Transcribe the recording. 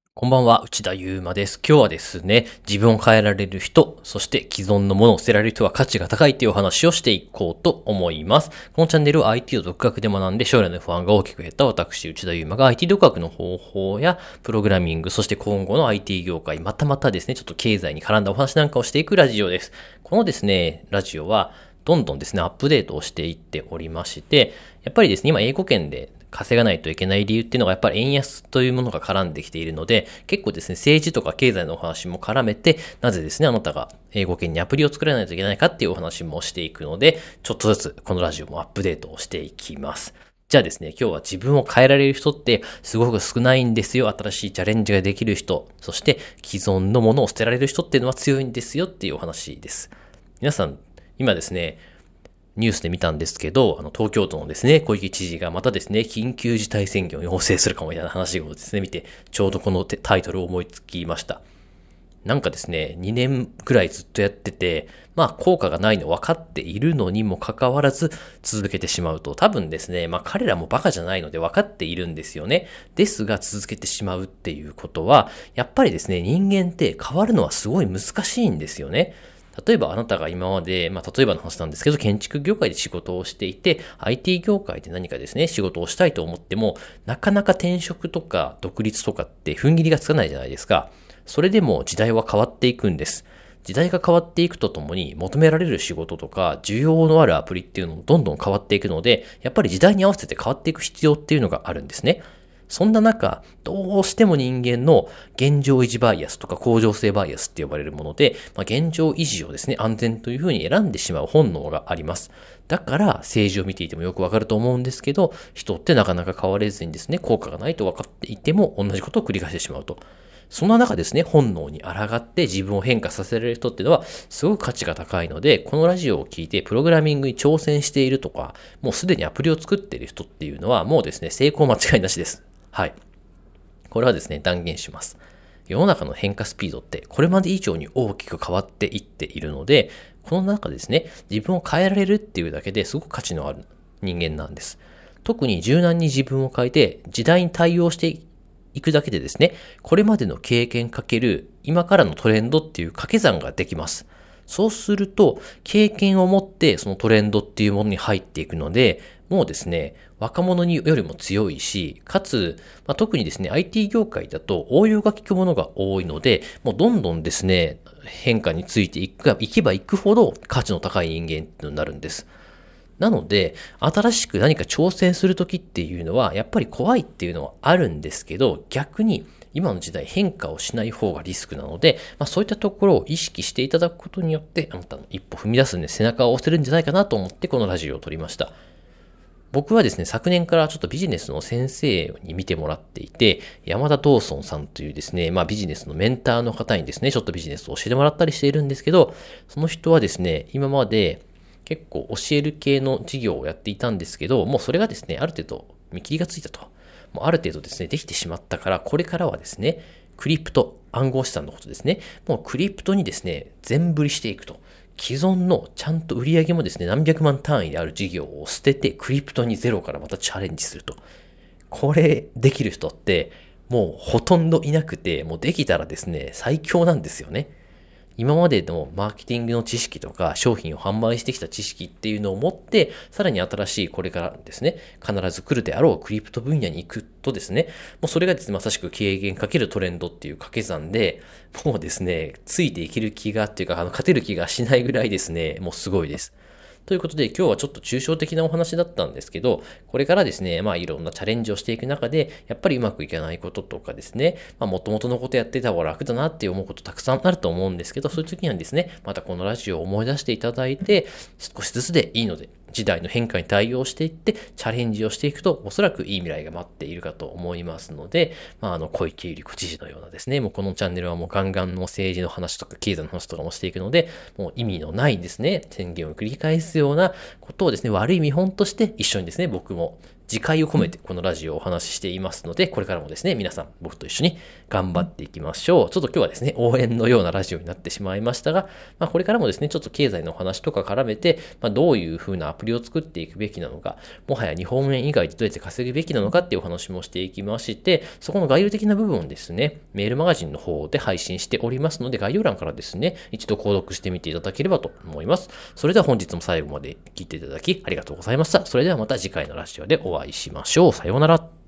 こんばんは、内田祐馬です。今日はですね、自分を変えられる人、そして既存のものを捨てられる人は価値が高いというお話をしていこうと思います。このチャンネルは IT を独学で学んで将来の不安が大きく減った私、内田祐馬が IT 独学の方法やプログラミング、そして今後の IT 業界、またまたですね、ちょっと経済に絡んだお話なんかをしていくラジオです。このですね、ラジオはどんどんですね、アップデートをしていっておりまして、やっぱりですね、今英語圏で稼がないといけない理由っていうのがやっぱり円安というものが絡んできているので、結構ですね、政治とか経済のお話も絡めて、なぜですね、あなたが英語圏にアプリを作らないといけないかっていうお話もしていくので、ちょっとずつこのラジオもアップデートをしていきます。じゃあですね、今日は自分を変えられる人ってすごく少ないんですよ。新しいチャレンジができる人、そして既存のものを捨てられる人っていうのは強いんですよっていうお話です。皆さん、今ですね、ニュースで見たんですけど、東京都のですね、小池知事がまたですね、緊急事態宣言を要請するかもみたいな話をですね、見て、ちょうどこのタイトルを思いつきました。なんかですね、2年くらいずっとやってて、効果がないの分かっているのにもかかわらず続けてしまうと、多分ですね、彼らもバカじゃないので分かっているんですよね。ですが続けてしまうっていうことは、やっぱりですね、人間って変わるのはすごい難しいんですよね。例えばあなたが今まで、例えばの話なんですけど、建築業界で仕事をしていて、IT 業界で何かですね、仕事をしたいと思っても、なかなか転職とか独立とかって踏ん切りがつかないじゃないですか。それでも時代は変わっていくんです。時代が変わっていくとともに求められる仕事とか需要のあるアプリっていうのもどんどん変わっていくので、やっぱり時代に合わせて変わっていく必要っていうのがあるんですね。そんな中、どうしても人間の現状維持バイアスとか向上性バイアスって呼ばれるもので、現状維持をですね、安全というふうに選んでしまう本能があります。だから政治を見ていてもよくわかると思うんですけど、人ってなかなか変われずにですね、効果がないと分かっていても同じことを繰り返してしまうと。そんな中ですね、本能に抗って自分を変化させられる人っていうのはすごく価値が高いので、このラジオを聞いてプログラミングに挑戦しているとか、もうすでにアプリを作っている人っていうのはもうですね、成功間違いなしです。はい。これはですね、断言します。世の中の変化スピードってこれまで以上に大きく変わっていっているので、この中ですね、自分を変えられるっていうだけですごく価値のある人間なんです。特に柔軟に自分を変えて時代に対応していくだけでですね、これまでの経験かける今からのトレンドっていう掛け算ができます。そうすると、経験を持ってそのトレンドっていうものに入っていくので、もうですね、若者よりも強いし、かつ、特にですね、IT 業界だと応用が効くものが多いので、もうどんどんですね、変化についていけばいくほど価値の高い人間っていうのになるんです。なので、新しく何か挑戦するときっていうのは、やっぱり怖いっていうのはあるんですけど、逆に今の時代変化をしない方がリスクなので、そういったところを意識していただくことによって、あなたの一歩踏み出すんで背中を押せるんじゃないかなと思ってこのラジオを撮りました。僕はですね、昨年からちょっとビジネスの先生に見てもらっていて、山田道尊さんというですね、ビジネスのメンターの方にですね、ちょっとビジネスを教えてもらったりしているんですけど、その人はですね、今まで結構教える系の事業をやっていたんですけど、もうそれがですね、ある程度見切りがついたと。もうある程度ですね、できてしまったから、これからはですね、クリプト、暗号資産のことですね、もうクリプトにですね、全振りしていくと。既存のちゃんと売り上げもですね、何百万単位である事業を捨てて、クリプトにゼロからまたチャレンジすると。これできる人って、もうほとんどいなくて、もうできたらですね、最強なんですよね。今までのマーケティングの知識とか商品を販売してきた知識っていうのを持って、さらに新しいこれからですね、必ず来るであろうクリプト分野に行くとですね、もうそれがですね、まさしく経験かけるトレンドっていう掛け算で、もうですね、ついていける気がっていうか、勝てる気がしないぐらいですね、もうすごいです。ということで今日はちょっと抽象的なお話だったんですけど、これからですね、いろんなチャレンジをしていく中で、やっぱりうまくいかないこととかですね、元々のことやってた方が楽だなって思うことたくさんあると思うんですけど、そういう時にはですね、またこのラジオを思い出していただいて、少しずつでいいので、時代の変化に対応していって、チャレンジをしていくと、おそらくいい未来が待っているかと思いますので、小池百合子知事のようなですね、もうこのチャンネルはもうガンガンの政治の話とか経済の話とかもしていくので、もう意味のないですね、宣言を繰り返すようなことをですね、悪い見本として一緒にですね、僕も自戒を込めてこのラジオをお話ししていますので、これからもですね、皆さん僕と一緒に頑張っていきましょう。ちょっと今日はですね、応援のようなラジオになってしまいましたが、これからもですね、ちょっと経済のお話とか絡めて、どういう風なアプリを作っていくべきなのか、もはや日本円以外でどうやって稼ぐべきなのかっていうお話もしていきまして、そこの概要的な部分をですね、メールマガジンの方で配信しておりますので、概要欄からですね、一度購読してみていただければと思います。それでは本日も最後まで聞いていただきありがとうございました。それではまた次回のラジオでお会いしましょう。さようなら。